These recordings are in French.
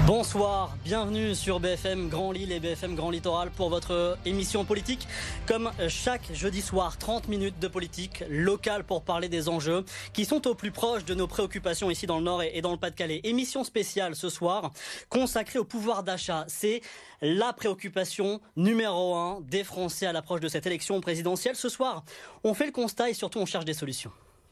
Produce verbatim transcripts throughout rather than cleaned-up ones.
Bonsoir, bienvenue sur B F M Grand Lille et B F M Grand Littoral pour votre émission politique. Comme chaque jeudi soir, trente minutes de politique locale pour parler des enjeux qui sont au plus proche de nos préoccupations ici dans le Nord et dans le Pas-de-Calais. Émission spéciale ce soir consacrée au pouvoir d'achat. C'est la préoccupation numéro un des Français à l'approche de cette élection présidentielle. Ce soir, on fait le constat et surtout on cherche des solutions.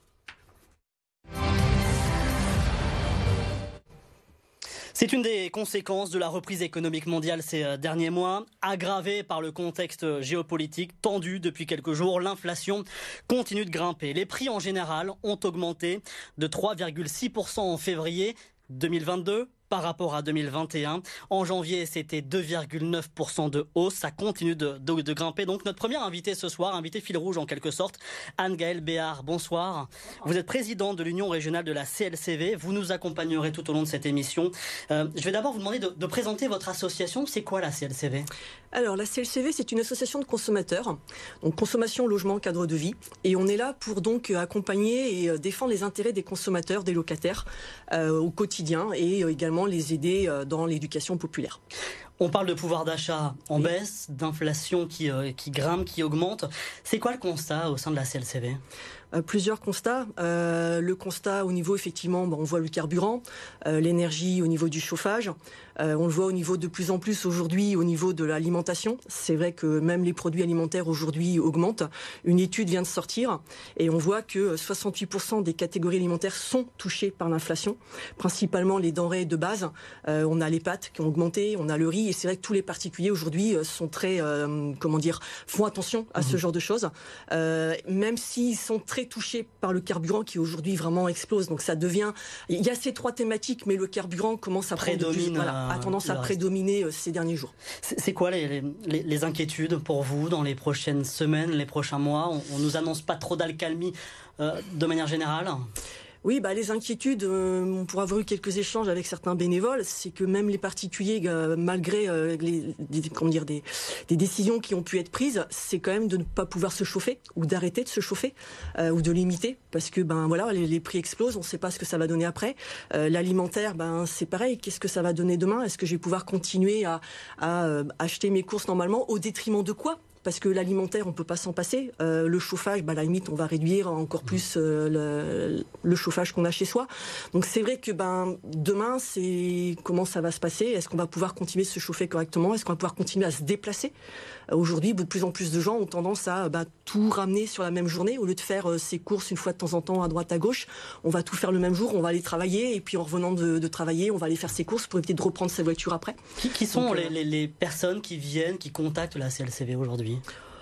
C'est une des conséquences de la reprise économique mondiale ces derniers mois, aggravée par le contexte géopolitique tendu depuis quelques jours. L'inflation continue de grimper. Les prix en général ont augmenté de trois virgule six pour cent en février deux mille vingt-deux. Par rapport à deux mille vingt et un. En janvier, c'était deux virgule neuf pour cent de hausse. Ça continue de, de, de grimper. Donc, notre première invitée ce soir, invitée fil rouge en quelque sorte, Anne-Gaëlle Béard. Bonsoir. Vous êtes présidente de l'Union régionale de la C L C V. Vous nous accompagnerez tout au long de cette émission. Euh, je vais d'abord vous demander de, de présenter votre association. C'est quoi la C L C V ? Alors, la C L C V, c'est une association de consommateurs. Donc, consommation, logement, cadre de vie. Et on est là pour donc accompagner et défendre les intérêts des consommateurs, des locataires euh, au quotidien et également les aider dans l'éducation populaire. On parle de pouvoir d'achat en oui. baisse, d'inflation qui, euh, qui grimpe, qui augmente. C'est quoi le constat au sein de la C L C V ? Euh, plusieurs constats. Euh, le constat au niveau, effectivement, bon, on voit le carburant, euh, l'énergie au niveau du chauffage. Euh, on le voit au niveau de plus en plus aujourd'hui au niveau de l'alimentation. C'est vrai que même les produits alimentaires aujourd'hui augmentent. Une étude vient de sortir et on voit que soixante-huit pour cent des catégories alimentaires sont touchées par l'inflation, principalement les denrées de base. Euh, on a les pâtes qui ont augmenté, on a le riz et c'est vrai que tous les particuliers aujourd'hui sont très, euh, comment dire, font attention à mmh. ce genre de choses. Euh, même s'ils sont très touchés par le carburant qui aujourd'hui vraiment explose. Donc ça devient, il y a ces trois thématiques, mais le carburant commence à prédomine, plus, voilà, a tendance à prédominer ces derniers jours. C'est quoi les, les, les inquiétudes pour vous dans les prochaines semaines, les prochains mois ? On, on nous annonce pas trop d'alcalmie euh, de manière générale ? Oui, bah les inquiétudes, euh, pour avoir eu quelques échanges avec certains bénévoles, c'est que même les particuliers, euh, malgré euh, les, les, comment dire, des, des décisions qui ont pu être prises, c'est quand même de ne pas pouvoir se chauffer ou d'arrêter de se chauffer euh, ou de limiter, parce que ben voilà, les, les prix explosent, on ne sait pas ce que ça va donner après. Euh, l'alimentaire, ben c'est pareil, qu'est-ce que ça va donner demain ? Est-ce que je vais pouvoir continuer à, à euh, acheter mes courses normalement au détriment de quoi ? Parce que l'alimentaire, on peut pas s'en passer. Euh, le chauffage, bah, à la limite, on va réduire encore plus euh, le, le chauffage qu'on a chez soi. Donc c'est vrai que ben demain, c'est comment ça va se passer ? Est-ce qu'on va pouvoir continuer de se chauffer correctement ? Est-ce qu'on va pouvoir continuer à se déplacer ? euh, Aujourd'hui, de plus en plus de gens ont tendance à bah, tout ramener sur la même journée. Au lieu de faire euh, ses courses une fois de temps en temps à droite, à gauche, on va tout faire le même jour. On va aller travailler et puis en revenant de, de travailler, on va aller faire ses courses pour éviter de reprendre sa voiture après. Qui, qui sont Donc, les, euh, les, les personnes qui viennent, qui contactent la C L C V aujourd'hui ?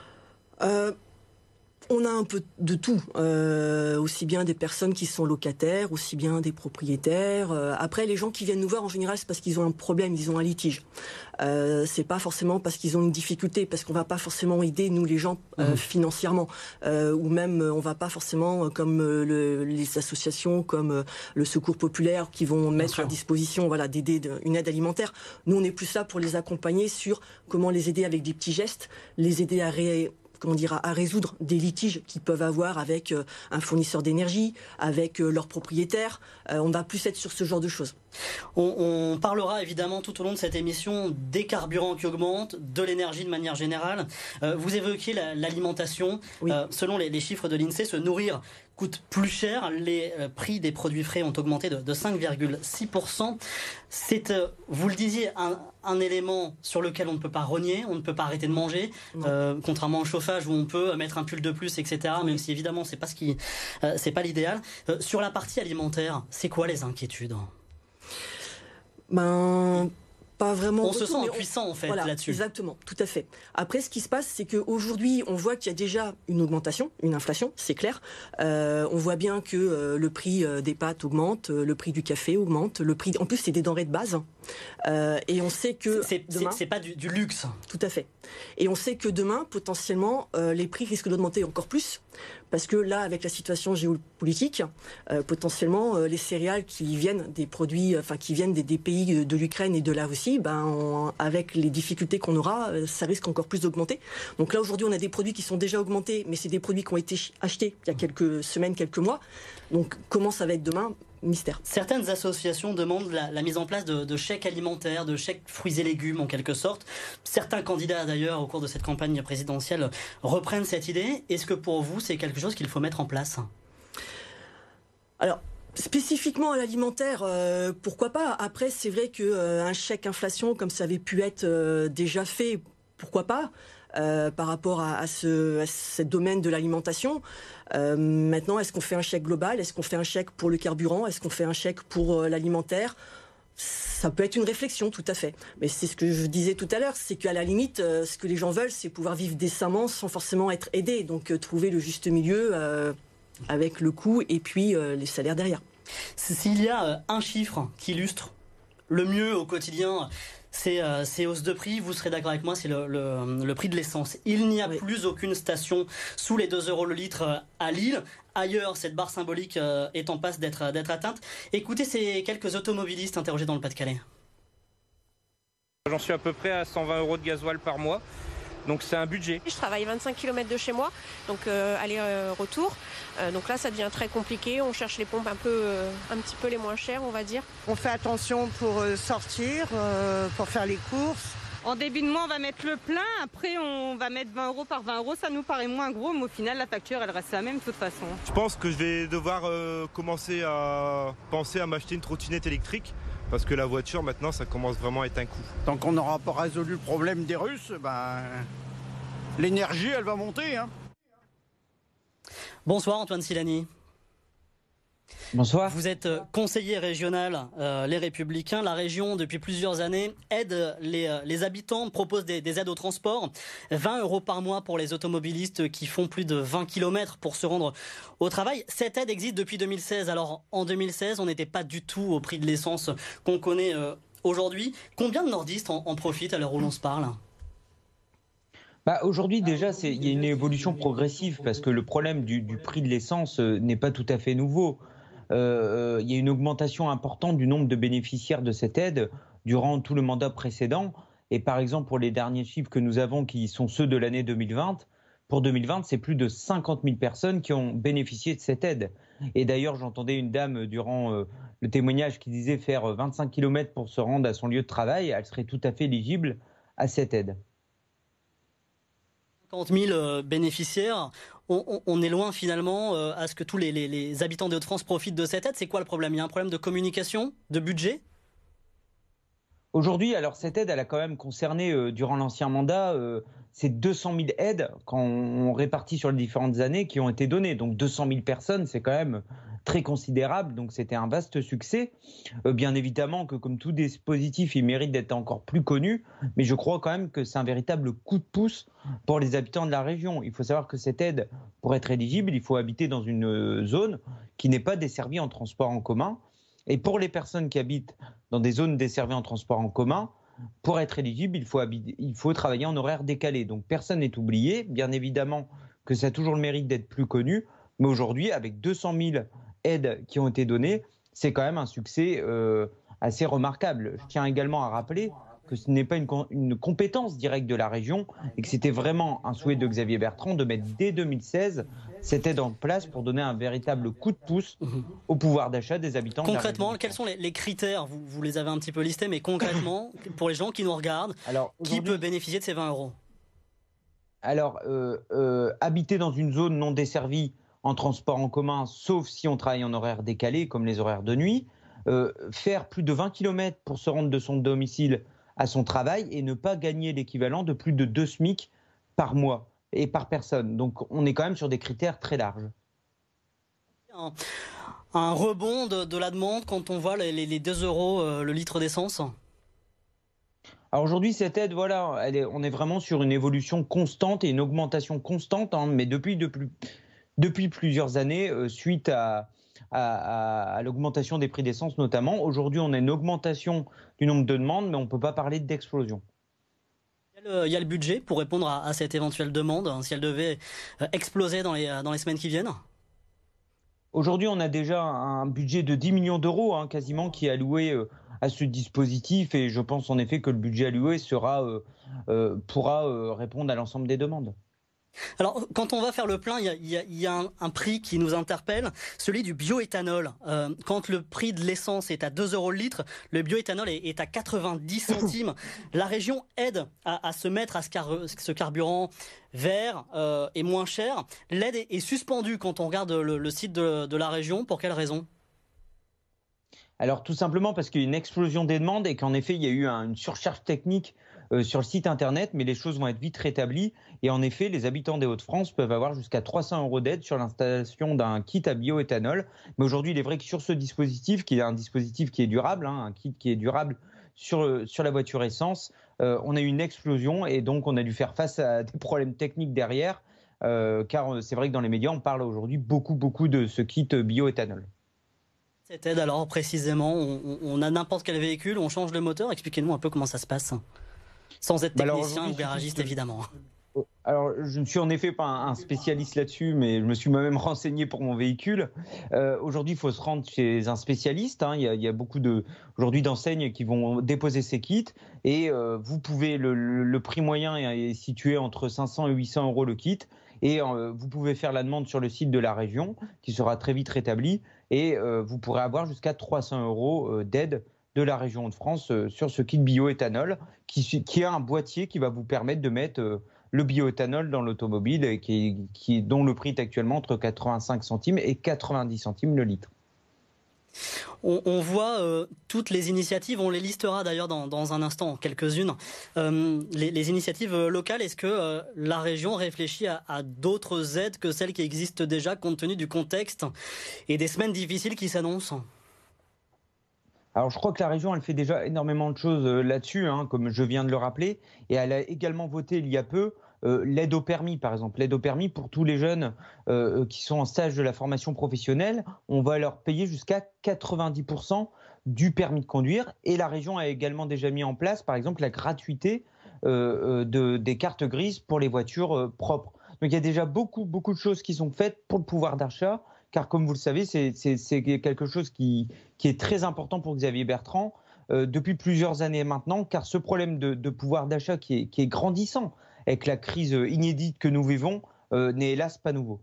Euh, on a un peu de tout, euh, aussi bien des personnes qui sont locataires, aussi bien des propriétaires. Euh, après, les gens qui viennent nous voir, en général, c'est parce qu'ils ont un problème, ils ont un litige. Euh, c'est pas forcément parce qu'ils ont une difficulté, parce qu'on va pas forcément aider, nous, les gens, euh, mmh. financièrement. Euh, ou même, on va pas forcément, comme euh, le, les associations, comme euh, le Secours Populaire, qui vont mettre à disposition voilà, d'aider de, une aide alimentaire. Nous, on est plus là pour les accompagner sur comment les aider avec des petits gestes, les aider à ré... comment dire, à résoudre des litiges qu'ils peuvent avoir avec euh, un fournisseur d'énergie, avec euh, leur propriétaire. Euh, on va plus être sur ce genre de choses. On, on parlera évidemment tout au long de cette émission des carburants qui augmentent, de l'énergie de manière générale. Euh, vous évoquiez la, l'alimentation. Oui. Euh, selon les, les chiffres de l'INSEE, se nourrir coûte plus cher. Les euh, prix des produits frais ont augmenté de, de cinq virgule six pour cent. C'est, euh, vous le disiez, un, un élément sur lequel on ne peut pas rogner, on ne peut pas arrêter de manger, euh, contrairement au chauffage où on peut mettre un pull de plus, et cetera. Même si évidemment c'est pas ce qui, euh, c'est pas l'idéal. Euh, sur la partie alimentaire, c'est quoi les inquiétudes ? Ben, pas vraiment. On se sent impuissant en fait voilà, là-dessus. Exactement, tout à fait. Après, ce qui se passe, c'est qu'aujourd'hui, on voit qu'il y a déjà une augmentation, une inflation, c'est clair. Euh, on voit bien que euh, le prix des pâtes augmente, le prix du café augmente, le prix. En plus, c'est des denrées de base. Euh, et on sait que c'est, demain, c'est, c'est pas du, du luxe. Tout à fait. Et on sait que demain, potentiellement, euh, les prix risquent d'augmenter encore plus. Parce que là, avec la situation géopolitique, euh, potentiellement, euh, les céréales qui viennent des produits, enfin qui viennent des, des pays de l'Ukraine et de la Russie, ben, on, avec les difficultés qu'on aura, euh, ça risque encore plus d'augmenter. Donc là, aujourd'hui, on a des produits qui sont déjà augmentés, mais c'est des produits qui ont été achetés il y a quelques semaines, quelques mois. Donc, comment ça va être demain ? mystère. Certaines associations demandent la, la mise en place de, de chèques alimentaires, de chèques fruits et légumes en quelque sorte. Certains candidats d'ailleurs au cours de cette campagne présidentielle reprennent cette idée. Est-ce que pour vous c'est quelque chose qu'il faut mettre en place ? Alors, spécifiquement à l'alimentaire, euh, pourquoi pas ? Après, c'est vrai qu'un euh, chèque inflation, comme ça avait pu être euh, déjà fait, pourquoi pas ? Euh, par rapport à, à, ce, à ce domaine de l'alimentation. Euh, maintenant, est-ce qu'on fait un chèque global ? Est-ce qu'on fait un chèque pour le carburant ? Est-ce qu'on fait un chèque pour euh, l'alimentaire ? Ça peut être une réflexion, tout à fait. Mais c'est ce que je disais tout à l'heure, c'est qu'à la limite, euh, ce que les gens veulent, c'est pouvoir vivre décemment sans forcément être aidés. Donc euh, trouver le juste milieu euh, avec le coût et puis euh, les salaires derrière. S'il y a euh, un chiffre qui illustre le mieux au quotidien Ces, euh, ces hausses de prix, vous serez d'accord avec moi, c'est le, le, le prix de l'essence. Il n'y a oui. plus aucune station sous les deux euros le litre à Lille. Ailleurs, cette barre symbolique euh, est en passe d'être, d'être atteinte. Écoutez ces quelques automobilistes interrogés dans le Pas-de-Calais. J'en suis à peu près à cent vingt euros de gasoil par mois. Donc c'est un budget. Je travaille vingt-cinq kilomètres de chez moi, donc euh, aller-retour. Euh, donc là, ça devient très compliqué. On cherche les pompes un peu, euh, un petit peu les moins chères, on va dire. On fait attention pour euh, sortir, euh, pour faire les courses. En début de mois, on va mettre le plein. Après, on va mettre vingt euros par vingt euros. Ça nous paraît moins gros, mais au final, la facture, elle reste la même de toute façon. Je pense que je vais devoir euh, commencer à penser à m'acheter une trottinette électrique. Parce que la voiture, maintenant, ça commence vraiment à être un coût. Tant qu'on n'aura pas résolu le problème des Russes, ben, l'énergie, elle va monter. Hein. Bonsoir Antoine Silani. Bonsoir. Vous êtes conseiller régional, euh, Les Républicains. La région, depuis plusieurs années, aide les, les habitants, propose des, des aides au transport. vingt euros par mois pour les automobilistes qui font plus de vingt kilomètres pour se rendre au travail. Cette aide existe depuis deux mille seize. Alors, en deux mille seize, on n'était pas du tout au prix de l'essence qu'on connaît euh, aujourd'hui. Combien de nordistes en, en profitent à l'heure où l'on se parle ? Bah aujourd'hui déjà, il y a une évolution progressive parce que le problème du, du prix de l'essence euh, n'est pas tout à fait nouveau. Euh, il y a une augmentation importante du nombre de bénéficiaires de cette aide durant tout le mandat précédent. Et par exemple, pour les derniers chiffres que nous avons, qui sont ceux de l'année deux mille vingt, pour deux mille vingt, c'est plus de cinquante mille personnes qui ont bénéficié de cette aide. Et d'ailleurs, j'entendais une dame durant euh, le témoignage qui disait faire vingt-cinq kilomètres pour se rendre à son lieu de travail. Elle serait tout à fait éligible à cette aide. cinquante mille euh, bénéficiaires, on, on, on est loin finalement euh, à ce que tous les, les, les habitants de Hauts-de-France profitent de cette aide. C'est quoi le problème ? Il y a un problème de communication, de budget ? Aujourd'hui, alors cette aide, elle a quand même concerné euh, durant l'ancien mandat, euh, c'est deux cent mille aides quand on, on répartit sur les différentes années qui ont été données. Donc deux cent mille personnes, c'est quand même très considérable. Donc c'était un vaste succès. Euh, bien évidemment que comme tout dispositif, il mérite d'être encore plus connu. Mais je crois quand même que c'est un véritable coup de pouce pour les habitants de la région. Il faut savoir que cette aide, pour être éligible, il faut habiter dans une zone qui n'est pas desservie en transport en commun. Et pour les personnes qui habitent dans des zones desservies en transport en commun, pour être éligible, il faut, habiter, il faut travailler en horaire décalé. Donc personne n'est oublié. Bien évidemment que ça a toujours le mérite d'être plus connu. Mais aujourd'hui, avec deux cent mille aides qui ont été données, c'est quand même un succès euh, assez remarquable. Je tiens également à rappeler que ce n'est pas une, une compétence directe de la région et que c'était vraiment un souhait de Xavier Bertrand de mettre dès deux mille seize cette aide en place pour donner un véritable coup de pouce au pouvoir d'achat des habitants. Concrètement, de la quels sont les, les critères ? vous, vous les avez un petit peu listés, mais concrètement, pour les gens qui nous regardent, alors, qui peut bénéficier de ces vingt euros ? Alors, euh, euh, habiter dans une zone non desservie en transport en commun, sauf si on travaille en horaire décalé, comme les horaires de nuit, euh, faire plus de vingt kilomètres pour se rendre de son domicile à son travail et ne pas gagner l'équivalent de plus de deux SMIC par mois et par personne. Donc on est quand même sur des critères très larges. Un, un rebond de, de la demande quand on voit les, les deux euros euh, le litre d'essence ? Alors aujourd'hui, cette aide, voilà, elle est, on est vraiment sur une évolution constante et une augmentation constante, hein, mais depuis, depuis, depuis plusieurs années, euh, suite à... À, à, à l'augmentation des prix d'essence notamment. Aujourd'hui, on a une augmentation du nombre de demandes, mais on ne peut pas parler d'explosion. Il y a le, il y a le budget pour répondre à, à cette éventuelle demande, hein, si elle devait exploser dans les, dans les semaines qui viennent ? Aujourd'hui, on a déjà un budget de dix millions d'euros, hein, quasiment, qui est alloué euh, à ce dispositif, et je pense en effet que le budget alloué sera, euh, euh, pourra euh, répondre à l'ensemble des demandes. Alors, quand on va faire le plein, il y a, y a, y a un, un prix qui nous interpelle, celui du bioéthanol. Euh, quand le prix de l'essence est à deux euros le litre, le bioéthanol est, est à quatre-vingt-dix centimes. La région aide à, à se mettre à ce, car, ce carburant vert euh, et moins cher. L'aide est, est suspendue quand on regarde le, le site de, de la région. Pour quelle raison ? Alors, tout simplement parce qu'il y a une explosion des demandes et qu'en effet, il y a eu un, une surcharge technique Euh, sur le site internet, mais les choses vont être vite rétablies. Et en effet, les habitants des Hauts-de-France peuvent avoir jusqu'à trois cents euros d'aide sur l'installation d'un kit à bioéthanol. Mais aujourd'hui, il est vrai que sur ce dispositif, qui est un dispositif qui est durable, hein, un kit qui est durable sur, sur la voiture essence, euh, on a eu une explosion et donc on a dû faire face à des problèmes techniques derrière, euh, car c'est vrai que dans les médias, on parle aujourd'hui beaucoup, beaucoup de ce kit bioéthanol. Cette aide, alors précisément, on, on a n'importe quel véhicule, on change le moteur. Expliquez-nous un peu comment ça se passe. Sans être technicien ou garagiste, évidemment. Alors, je ne suis en effet pas un spécialiste là-dessus, mais je me suis moi-même renseigné pour mon véhicule. Euh, aujourd'hui, il faut se rendre chez un spécialiste. Hein. Il y a, il y a beaucoup de, aujourd'hui d'enseignes qui vont déposer ces kits. Et euh, vous pouvez, le, le, le prix moyen est situé entre cinq cents et huit cents euros le kit. Et euh, vous pouvez faire la demande sur le site de la région, qui sera très vite rétabli. Et euh, vous pourrez avoir jusqu'à trois cents euros d'aide de la région de France euh, sur ce kit bioéthanol, qui, qui a un boîtier qui va vous permettre de mettre euh, le bioéthanol dans l'automobile, et qui, qui, dont le prix est actuellement entre quatre-vingt-cinq centimes et quatre-vingt-dix centimes le litre. On, on voit euh, toutes les initiatives, on les listera d'ailleurs dans, dans un instant, quelques-unes. Euh, les, les initiatives locales, est-ce que euh, la région réfléchit à, à d'autres aides que celles qui existent déjà, compte tenu du contexte et des semaines difficiles qui s'annoncent ? Alors, je crois que la région, elle fait déjà énormément de choses là-dessus, hein, comme je viens de le rappeler. Et elle a également voté il y a peu euh, l'aide au permis, par exemple. L'aide au permis pour tous les jeunes euh, qui sont en stage de la formation professionnelle. On va leur payer jusqu'à quatre-vingt-dix pour cent du permis de conduire. Et la région a également déjà mis en place, par exemple, la gratuité euh, de, des cartes grises pour les voitures euh, propres. Donc, il y a déjà beaucoup, beaucoup de choses qui sont faites pour le pouvoir d'achat. Car comme vous le savez, c'est, c'est, c'est quelque chose qui, qui est très important pour Xavier Bertrand euh, depuis plusieurs années maintenant, car ce problème de, de pouvoir d'achat qui est, qui est grandissant avec la crise inédite que nous vivons euh, n'est hélas pas nouveau.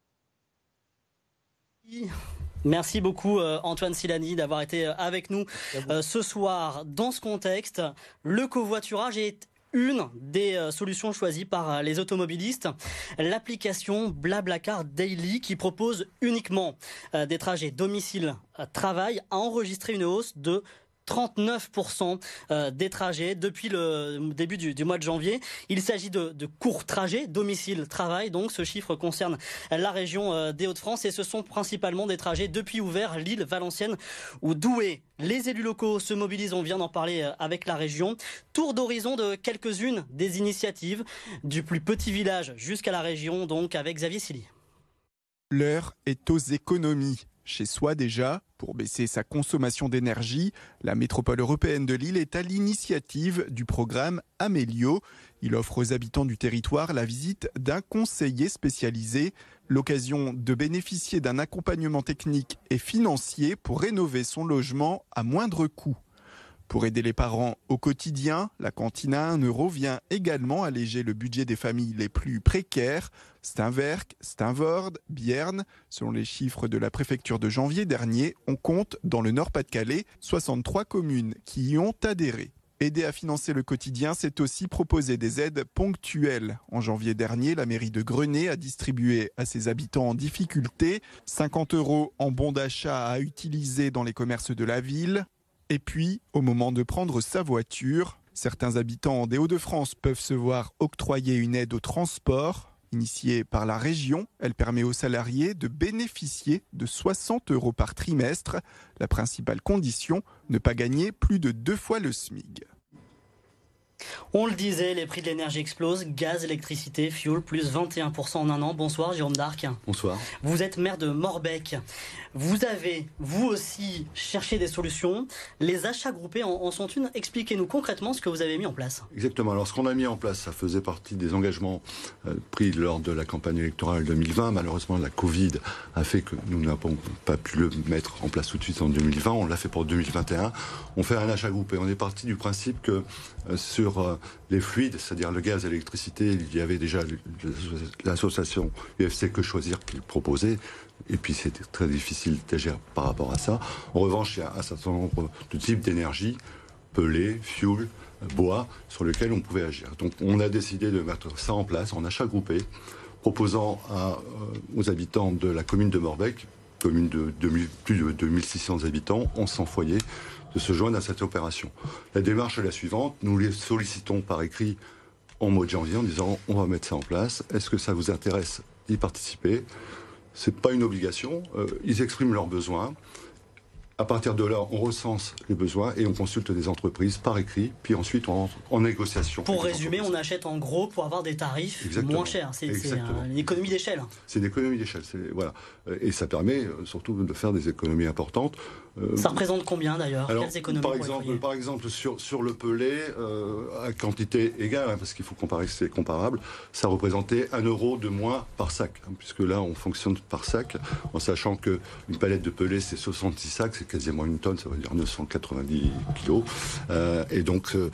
Merci beaucoup euh, Antoine Silani d'avoir été avec nous euh, ce soir. Dans ce contexte, le covoiturage est une des euh, solutions choisies par euh, les automobilistes, l'application Blablacar Daily, qui propose uniquement euh, des trajets domicile-travail, a enregistré une hausse de trente-neuf pour cent des trajets depuis le début du, du mois de janvier. Il s'agit de, de courts trajets, domicile-travail. Donc ce chiffre concerne la région des Hauts-de-France et ce sont principalement des trajets depuis Ouvert, Lille, Valenciennes ou Douai. Les élus locaux se mobilisent, on vient d'en parler avec la région. Tour d'horizon de quelques-unes des initiatives, du plus petit village jusqu'à la région, donc avec Xavier Silly. L'heure est aux économies. Chez soi déjà, pour baisser sa consommation d'énergie, la métropole européenne de Lille est à l'initiative du programme Amélio. Il offre aux habitants du territoire la visite d'un conseiller spécialisé, l'occasion de bénéficier d'un accompagnement technique et financier pour rénover son logement à moindre coût. Pour aider les parents au quotidien, la cantine à un euro vient également alléger le budget des familles les plus précaires. Steinwerk, Steinvord, Bierne, selon les chiffres de la préfecture de janvier dernier, on compte dans le Nord-Pas-de-Calais soixante-trois communes qui y ont adhéré. Aider à financer le quotidien, c'est aussi proposer des aides ponctuelles. En janvier dernier, la mairie de Grenay a distribué à ses habitants en difficulté cinquante euros en bons d'achat à utiliser dans les commerces de la ville. Et puis, au moment de prendre sa voiture, certains habitants des Hauts-de-France peuvent se voir octroyer une aide au transport. Initiée par la région, elle permet aux salariés de bénéficier de soixante euros par trimestre. La principale condition, ne pas gagner plus de deux fois le SMIC. On le disait, les prix de l'énergie explosent. Gaz, électricité, fuel, plus vingt et un pour cent en un an. Bonsoir Jérôme Darc. Bonsoir. Vous êtes maire de Morbec. Vous avez, vous aussi, cherché des solutions. Les achats groupés en, en sont une. Expliquez-nous concrètement ce que vous avez mis en place. Exactement. Alors ce qu'on a mis en place, ça faisait partie des engagements euh, pris lors de la campagne électorale deux mille vingt. Malheureusement, la Covid a fait que nous n'avons pas pu le mettre en place tout de suite en deux mille vingt. On l'a fait pour deux mille vingt et un. On fait un achat groupé. On est parti du principe que euh, sur sur euh, les fluides, c'est-à-dire le gaz et l'électricité, il y avait déjà l'association U F C Que Choisir qui le proposait. Et puis c'était très difficile d'agir par rapport à ça. En revanche, il y a un certain nombre de types d'énergie, pellet, fuel, bois, sur lesquels on pouvait agir. Donc on a décidé de mettre ça en place en achat groupé, proposant à, euh, aux habitants de la commune de Morbec, commune de deux mille, plus de deux mille six cents habitants, onze cents foyers, de se joindre à cette opération. La démarche est la suivante, nous les sollicitons par écrit en mois de janvier en disant on va mettre ça en place, est-ce que ça vous intéresse d'y participer? C'est pas une obligation, euh, ils expriment leurs besoins. À partir de là, on recense les besoins et on consulte des entreprises par écrit, puis ensuite on entre en négociation. Pour résumer, on achète en gros pour avoir des tarifs Exactement. moins chers. C'est, c'est une économie d'échelle. C'est une économie d'échelle, c'est, voilà. Et ça permet surtout de faire des économies importantes. Ça représente combien d'ailleurs? Quelles économies par exemple, par exemple, sur, sur le pellet, euh, à quantité égale, hein, parce qu'il faut comparer que c'est comparable, ça représentait un euro de moins par sac, hein, puisque là on fonctionne par sac, en sachant qu'une palette de pellet c'est soixante-six sacs, c'est quasiment une tonne, ça veut dire neuf cent quatre-vingt-dix kilos. Euh, et donc euh,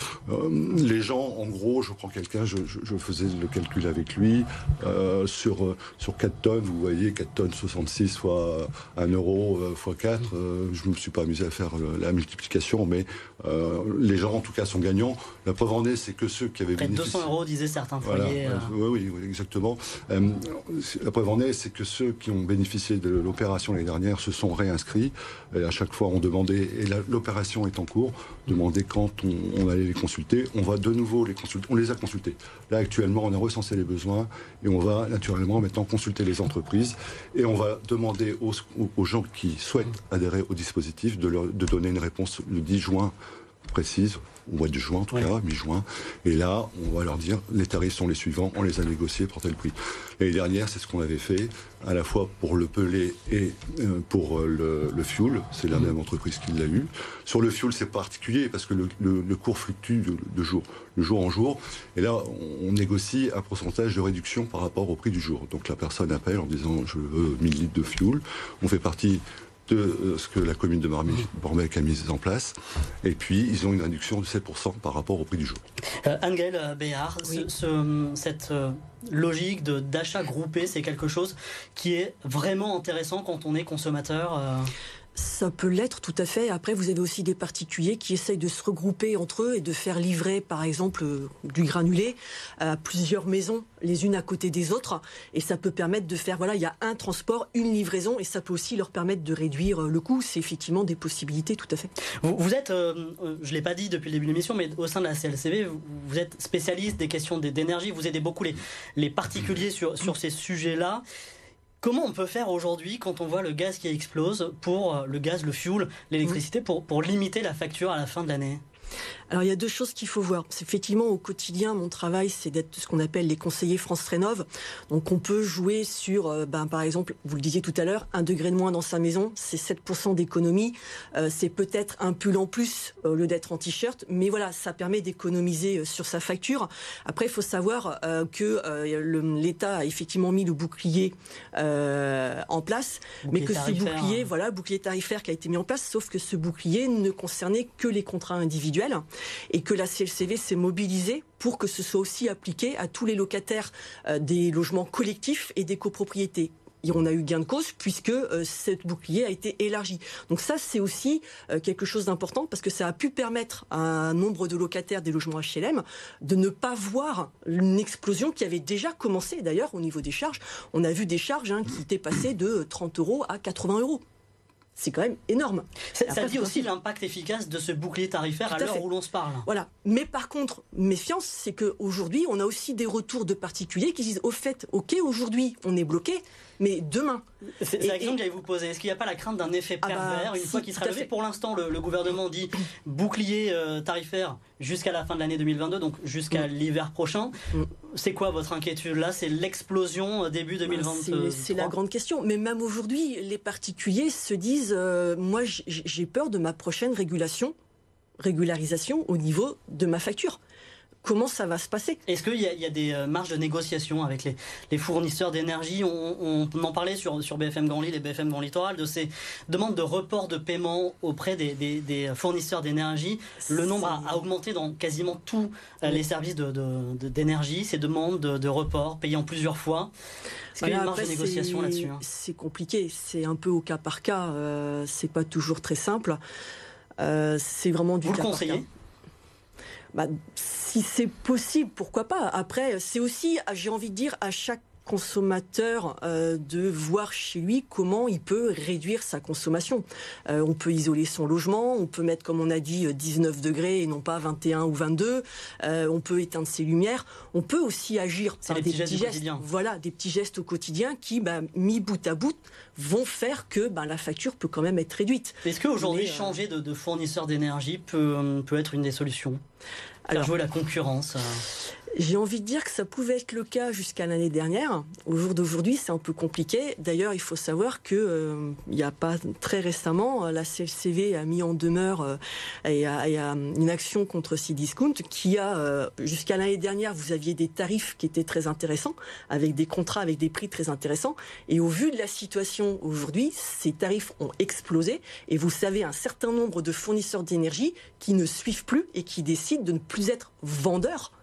les gens, en gros, je prends quelqu'un, je, je, je faisais le calcul avec lui, euh, sur, sur quatre tonnes, vous voyez, quatre tonnes soixante-six fois un euro euh, fois quatre, euh, je me suis pas amusé à faire la multiplication, mais euh, les gens en tout cas sont gagnants. La preuve en est, c'est que ceux qui avaient Près de bénéficié... deux cents euros, disaient certains foyers. Voilà. Euh... Oui, oui, oui, exactement. Euh, la preuve en est, c'est que ceux qui ont bénéficié de l'opération l'année dernière se sont réinscrits. Et à chaque fois, on demandait, et la, l'opération est en cours, demandait quand on, on allait les consulter. On va de nouveau les consulter. On les a consultés. Là, actuellement, on a recensé les besoins et on va naturellement maintenant consulter les entreprises et on va demander aux, aux gens qui souhaitent adhérer au dispositif De, leur, de donner une réponse le dix juin précise, au mois de juin en tout oui. cas, mi-juin. Et là, on va leur dire, les tarifs sont les suivants, on les a négociés pour tel prix. L'année dernière, c'est ce qu'on avait fait, à la fois pour le pellet et euh, pour euh, le, le fuel. C'est la mmh. même entreprise qui l'a eu. Sur le fuel, c'est particulier parce que le, le, le cours fluctue de, de jour, de jour en jour. Et là, on, on négocie un pourcentage de réduction par rapport au prix du jour. Donc la personne appelle en disant, je veux mille litres de fuel. On fait partie de ce que la commune de Morbec a mis en place. Et puis, ils ont une réduction de sept pour cent par rapport au prix du jour. Euh, Anne-Gaëlle Béard, oui. ce, ce, cette euh, logique de, d'achat groupé, c'est quelque chose qui est vraiment intéressant quand on est consommateur euh... Ça peut l'être tout à fait. Après, vous avez aussi des particuliers qui essayent de se regrouper entre eux et de faire livrer, par exemple, du granulé à plusieurs maisons, les unes à côté des autres. Et ça peut permettre de faire, voilà, il y a un transport, une livraison, et ça peut aussi leur permettre de réduire le coût. C'est effectivement des possibilités, tout à fait. Vous, vous êtes, euh, je ne l'ai pas dit depuis le début de l'émission, mais au sein de la C L C V, vous, vous êtes spécialiste des questions d'énergie. Vous aidez beaucoup les, les particuliers sur, sur ces sujets-là. Comment on peut faire aujourd'hui quand on voit le gaz qui explose pour le gaz, le fuel, l'électricité, pour, pour limiter la facture à la fin de l'année ? Alors il y a deux choses qu'il faut voir. C'est effectivement au quotidien, mon travail, c'est d'être ce qu'on appelle les conseillers France Rénov. Donc on peut jouer sur, euh, ben, par exemple, vous le disiez tout à l'heure, un degré de moins dans sa maison, c'est sept pour cent d'économie. Euh, c'est peut-être un pull en plus au lieu d'être en t-shirt, mais voilà, ça permet d'économiser sur sa facture. Après, il faut savoir euh, que euh, le, l'État a effectivement mis le bouclier euh, en place, bouclier mais que ce bouclier, hein. voilà, bouclier tarifaire qui a été mis en place, sauf que ce bouclier ne concernait que les contrats individuels. Et que la C L C V s'est mobilisée pour que ce soit aussi appliqué à tous les locataires euh, des logements collectifs et des copropriétés. Et on a eu gain de cause puisque euh, cette bouclier a été élargi. Donc ça, c'est aussi euh, quelque chose d'important parce que ça a pu permettre à un nombre de locataires des logements H L M de ne pas voir une explosion qui avait déjà commencé. D'ailleurs, au niveau des charges, on a vu des charges hein, qui étaient passées de trente euros à quatre-vingts euros. C'est quand même énorme. Ça, Après, ça dit aussi l'impact efficace de ce bouclier tarifaire à, à l'heure fait. où l'on se parle. Voilà. Mais par contre, méfiance, c'est qu'aujourd'hui, on a aussi des retours de particuliers qui disent au fait, ok, aujourd'hui, on est bloqué, mais demain. C'est, c'est la question que j'allais vous poser. Est-ce qu'il n'y a pas la crainte d'un effet pervers ah bah, une si, fois qu'il sera levé? Pour l'instant, le, le gouvernement dit bouclier euh, tarifaire jusqu'à la fin de l'année deux mille vingt-deux, donc jusqu'à mmh. l'hiver prochain. Mmh. C'est quoi votre inquiétude là? C'est l'explosion début deux mille vingt-trois? C'est, c'est la grande question. Mais même aujourd'hui, les particuliers se disent euh, moi, j'ai peur de ma prochaine régulation, régularisation au niveau de ma facture. comment ça va se passer. Est-ce qu'il y, y a des marges de négociation avec les, les fournisseurs d'énergie? on, on en parlait sur, sur B F M Grand Lille et B F M Grand Littoral de ces demandes de report de paiement auprès des, des, des fournisseurs d'énergie. Le nombre a, a augmenté dans quasiment tous les services de, de, de, d'énergie, ces demandes de, de report payées en plusieurs fois. Est-ce qu'il y a une marge de négociation là-dessus? hein C'est compliqué, c'est un peu au cas par cas, euh, c'est pas toujours très simple. Euh, c'est vraiment du Vous cas le par cas. conseillez? Bah, si c'est possible, pourquoi pas. Après, c'est aussi, j'ai envie de dire, à chaque consommateur euh, de voir chez lui comment il peut réduire sa consommation. Euh, on peut isoler son logement, on peut mettre, comme on a dit, dix-neuf degrés et non pas vingt et un ou vingt-deux. Euh, on peut éteindre ses lumières. On peut aussi agir par des petits gestes. Voilà, des petits gestes au quotidien qui, bah, mis bout à bout, vont faire que bah, la facture peut quand même être réduite. Est-ce qu'aujourd'hui, euh... changer de, de fournisseur d'énergie peut, peut être une des solutions? Faire Alors, jouer la concurrence euh... J'ai envie de dire que ça pouvait être le cas jusqu'à l'année dernière. Au jour d'aujourd'hui, c'est un peu compliqué. D'ailleurs, il faut savoir que euh, il n'y a pas très récemment, la C L C V a mis en demeure euh, et a, et a une action contre Cdiscount qui a, euh, jusqu'à l'année dernière, vous aviez des tarifs qui étaient très intéressants, avec des contrats avec des prix très intéressants. Et au vu de la situation aujourd'hui, ces tarifs ont explosé. Et vous savez, un certain nombre de fournisseurs d'énergie qui ne suivent plus et qui décident de ne plus être vendeurs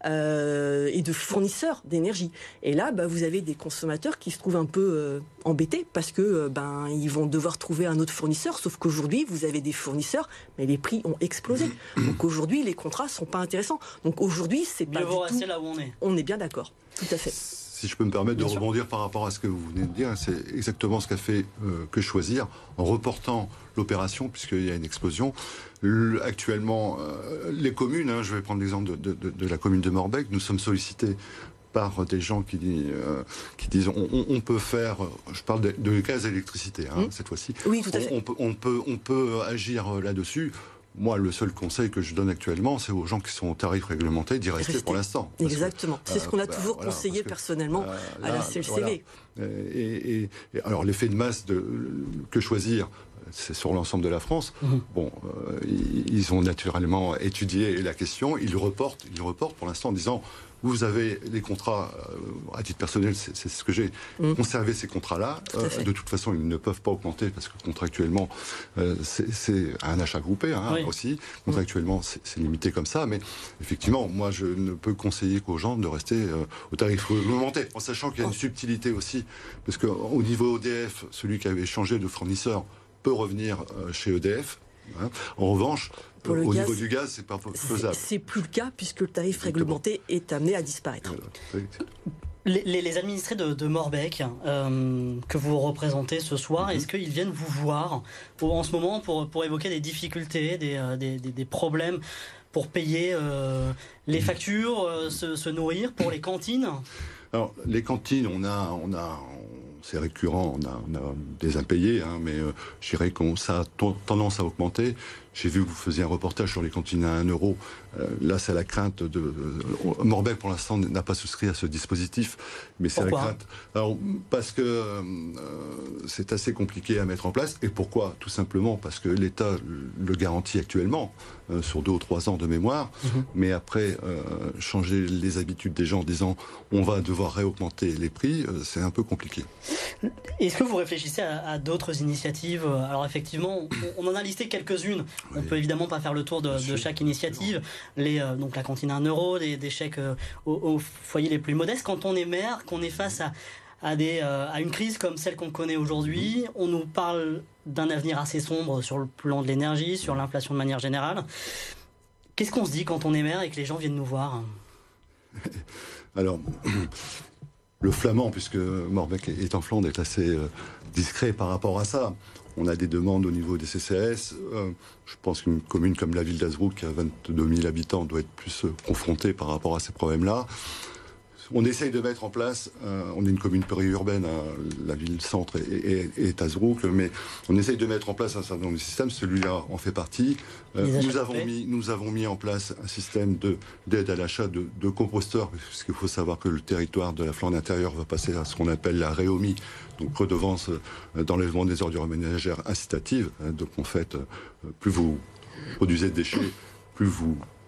Euh, et de fournisseurs d'énergie. Et là, bah, vous avez des consommateurs qui se trouvent un peu euh, embêtés parce que euh, ben ils vont devoir trouver un autre fournisseur. Sauf qu'aujourd'hui, vous avez des fournisseurs, mais les prix ont explosé. Donc aujourd'hui, les contrats sont pas intéressants. Donc aujourd'hui, c'est pas Mieux vaut du rester tout. là où on est. On est bien d'accord. Tout à fait. Si je peux me permettre Bien de sûr. rebondir par rapport à ce que vous venez de dire, c'est exactement ce qu'a fait euh, Que Choisir en reportant l'opération, puisqu'il y a une explosion. Le, actuellement, euh, les communes, hein, je vais prendre l'exemple de, de, de, de la commune de Morbec, nous sommes sollicités par des gens qui, euh, qui disent on, on, on peut faire, je parle de, de gaz et électricité hein, mmh. cette fois-ci, oui, tout à fait. On, on, peut, on, peut, on peut agir là-dessus. Moi, le seul conseil que je donne actuellement, c'est aux gens qui sont au tarif réglementé d'y rester Rester. pour l'instant. Exactement. Que, c'est ce qu'on a euh, toujours bah, conseillé que, personnellement euh, là, à la C L C V. Voilà. Et, et, et alors, l'effet de masse de Que Choisir, c'est sur l'ensemble de la France. Mmh. Bon, euh, ils ont naturellement étudié la question. Ils reportent, ils reportent pour l'instant en disant vous avez les contrats, euh, à titre personnel, c'est, c'est ce que j'ai, mmh. conservé ces contrats-là. Euh, de toute façon, ils ne peuvent pas augmenter parce que contractuellement, euh, c'est, c'est un achat groupé hein, oui. aussi. Contractuellement, c'est, c'est limité comme ça. Mais effectivement, moi, je ne peux conseiller qu'aux gens de rester euh, au tarif réglementé, en sachant qu'il y a une subtilité aussi. Parce qu'au niveau E D F, celui qui avait changé de fournisseur peut revenir euh, chez E D F. Hein. En revanche, Pour euh, le au gaz, niveau du gaz, c'est pas faisable. C'est, c'est plus le cas puisque le tarif Exactement. réglementé est amené à disparaître. Les, les, les administrés de, de Morbec euh, que vous représentez ce soir, mm-hmm. est-ce qu'ils viennent vous voir pour, en ce moment pour, pour évoquer des difficultés, des, euh, des, des, des problèmes pour payer euh, les factures, euh, se, se nourrir, pour les cantines? Alors, les cantines, on a... On a on... c'est récurrent, on a, on a des impayés, hein, mais euh, je dirais que ça a t- tendance à augmenter. J'ai vu que vous faisiez un reportage sur les cantines à un euro. Euh, là, c'est la crainte de... Euh, Morbec, pour l'instant, n'a pas souscrit à ce dispositif, mais c'est pourquoi? la crainte. Alors, parce que euh, c'est assez compliqué à mettre en place. Et pourquoi? Tout simplement parce que l'État le garantit actuellement, euh, sur deux ou trois ans de mémoire, mm-hmm. mais après, euh, changer les habitudes des gens en disant on va devoir réaugmenter les prix, euh, c'est un peu compliqué. Est-ce que vous réfléchissez à, à d'autres initiatives? Alors effectivement, on, on en a listé quelques-unes. Oui. On peut évidemment pas faire le tour de, de chaque initiative. Les, euh, donc la cantine à un euro, des, des chèques euh, aux, aux foyers les plus modestes. Quand on est maire, qu'on est face à, à, des, euh, à une crise comme celle qu'on connaît aujourd'hui, on nous parle d'un avenir assez sombre sur le plan de l'énergie, sur l'inflation de manière générale. Qu'est-ce qu'on se dit quand on est maire et que les gens viennent nous voir? Alors... Le flamand, puisque Morbec est en Flandre, est assez euh, discret par rapport à ça. On a des demandes au niveau des C C A S. Euh, je pense qu'une commune comme la ville d'Azebrouck, qui a vingt-deux mille habitants, doit être plus euh, confrontée par rapport à ces problèmes-là. On essaye de mettre en place, euh, on est une commune périurbaine, hein, la ville-centre est, est, est Azebrouck, mais on essaye de mettre en place un certain nombre de systèmes, celui-là en fait partie. Euh, nous, avons mis, nous avons mis en place un système de, d'aide à l'achat de, de composteurs, parce qu'il faut savoir que le territoire de la Flandre intérieure va passer à ce qu'on appelle la réomie, donc redevance euh, d'enlèvement des ordures ménagères incitative. Hein, donc en fait, euh, plus vous produisez de déchets, plus vous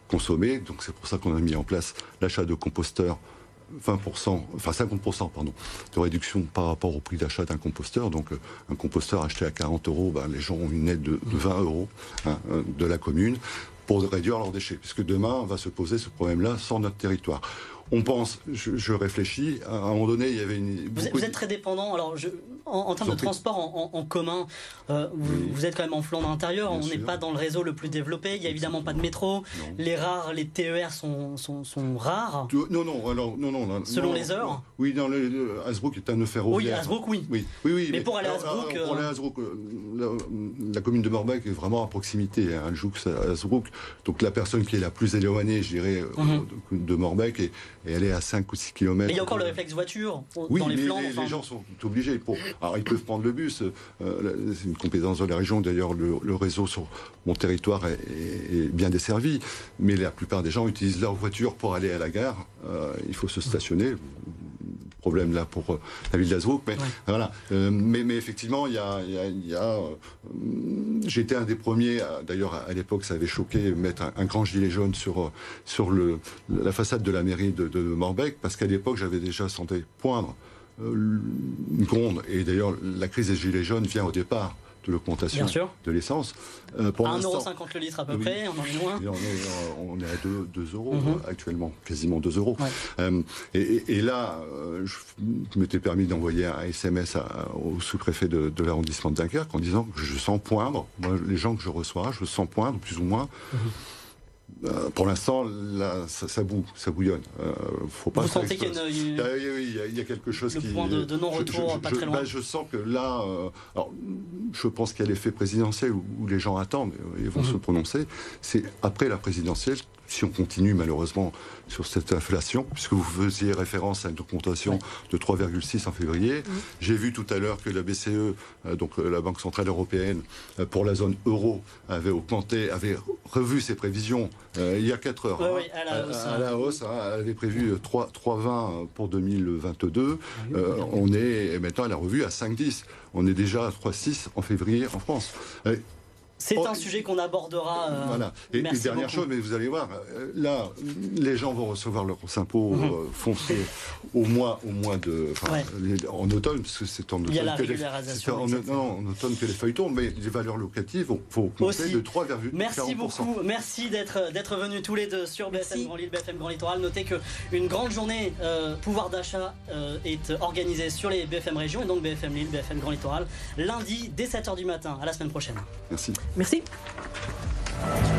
consommer. Donc c'est pour ça qu'on a mis en place l'achat de composteurs vingt pour cent, enfin cinquante pour cent pardon, de réduction par rapport au prix d'achat d'un composteur. Donc euh, un composteur acheté à quarante euros, ben, les gens ont une aide de, de vingt euros hein, de la commune pour réduire leurs déchets. Puisque demain, on va se poser ce problème-là sur notre territoire. On pense, je, je réfléchis, à un moment donné, il y avait une... Vous, êtes, vous êtes très dépendant, alors je, en, en termes de transport en, en, en commun, euh, vous, oui. vous êtes quand même en Flandre intérieure, on n'est pas dans le réseau le plus développé, il n'y a évidemment pas de métro, non. les rares, les T E R sont, sont, sont rares. Non, non, alors, non, non. non Selon non, les heures non. Oui, dans le, le Hasbrook est un nœud ferroviaire. Oui, Hasbrook, oui. oui, oui, oui mais, mais pour aller à Hasbrook... Pour aller à Hasbrook, la, la commune de Morbecque est vraiment à proximité, hein, Joux à Hasbrook, donc la personne qui est la plus éloignée, je dirais, mm-hmm. de, de Morbecque, et, et elle est à cinq ou six kilomètres. Mais il y a encore le réflexe voiture oui, dans les mais Flandres. Les, enfin... les gens sont obligés. Pour... Alors ils peuvent prendre le bus. Euh, c'est une compétence de la région. D'ailleurs, le, le réseau sur mon territoire est, est, est bien desservi. Mais la plupart des gens utilisent leur voiture pour aller à la gare. Euh, il faut se stationner. Problème là pour euh, la ville d'Hazebrouck, mais ouais. voilà. Euh, mais, mais effectivement, il y a, il y a, il y a euh, j'étais un des premiers. D'ailleurs, à, à l'époque, ça avait choqué mettre un, un grand gilet jaune sur sur le la façade de la mairie de, de Morbecque, parce qu'à l'époque, j'avais déjà senti poindre euh, une gronde. Et d'ailleurs, la crise des gilets jaunes vient au départ de l'augmentation de l'essence. Euh, pour un euro cinquante le litre à peu oui, près, on en est loin. On est, on est à deux, deux euros mm-hmm. actuellement, quasiment deux euros. Ouais. Euh, et, et, et là, euh, je m'étais permis d'envoyer un S M S à, au sous-préfet de, de l'arrondissement de Dunkerque en disant que je sens poindre, moi, les gens que je reçois, je sens poindre plus ou moins. Mm-hmm. Euh, pour l'instant, là, ça, ça, bou, ça bouillonne. Euh, faut pas Vous sentez qu'il y a, une, il y a, il y a, il y a quelque chose le qui... Le point de, de non-retour, je, je, pas je, très loin. Ben, je sens que là... Euh, alors, je pense qu'il y a l'effet présidentiel où, où les gens attendent, ils vont mmh. se prononcer. C'est après la présidentielle, si on continue malheureusement sur cette inflation, puisque vous faisiez référence à une augmentation ouais. de trois virgule six en février. Mmh. J'ai vu tout à l'heure que la B C E, euh, donc euh, la Banque Centrale Européenne, euh, pour la zone euro, avait augmenté, avait revu ses prévisions euh, il y a quatre heures. Ouais, hein, oui, à la hausse. À, à la hausse, hein, elle avait prévu trois virgule vingt pour deux mille vingt-deux. Mmh. Euh, on est, et maintenant, elle a revu à cinq virgule dix. On est déjà à trois virgule six en février en France. Euh, C'est oh, un sujet qu'on abordera. Euh, voilà. Et, et dernière beaucoup. chose, mais vous allez voir, là, les gens vont recevoir leurs impôts mm-hmm. euh, fonciers au mois, au mois de, ouais. les, en automne, parce que c'est en automne. Il y a la que régularisation. les, en, non, en automne que les feuilles tombent, mais les valeurs locatives vont augmenter de trois virgule quarante pour cent. Merci beaucoup. Merci d'être d'être venus tous les deux sur B F M Grand Lille, B F M Grand Littoral. Notez que une grande journée euh, pouvoir d'achat euh, est organisée sur les B F M Régions et donc B F M Lille, B F M Grand Littoral, lundi dès sept heures du matin. À la semaine prochaine. Merci. Merci.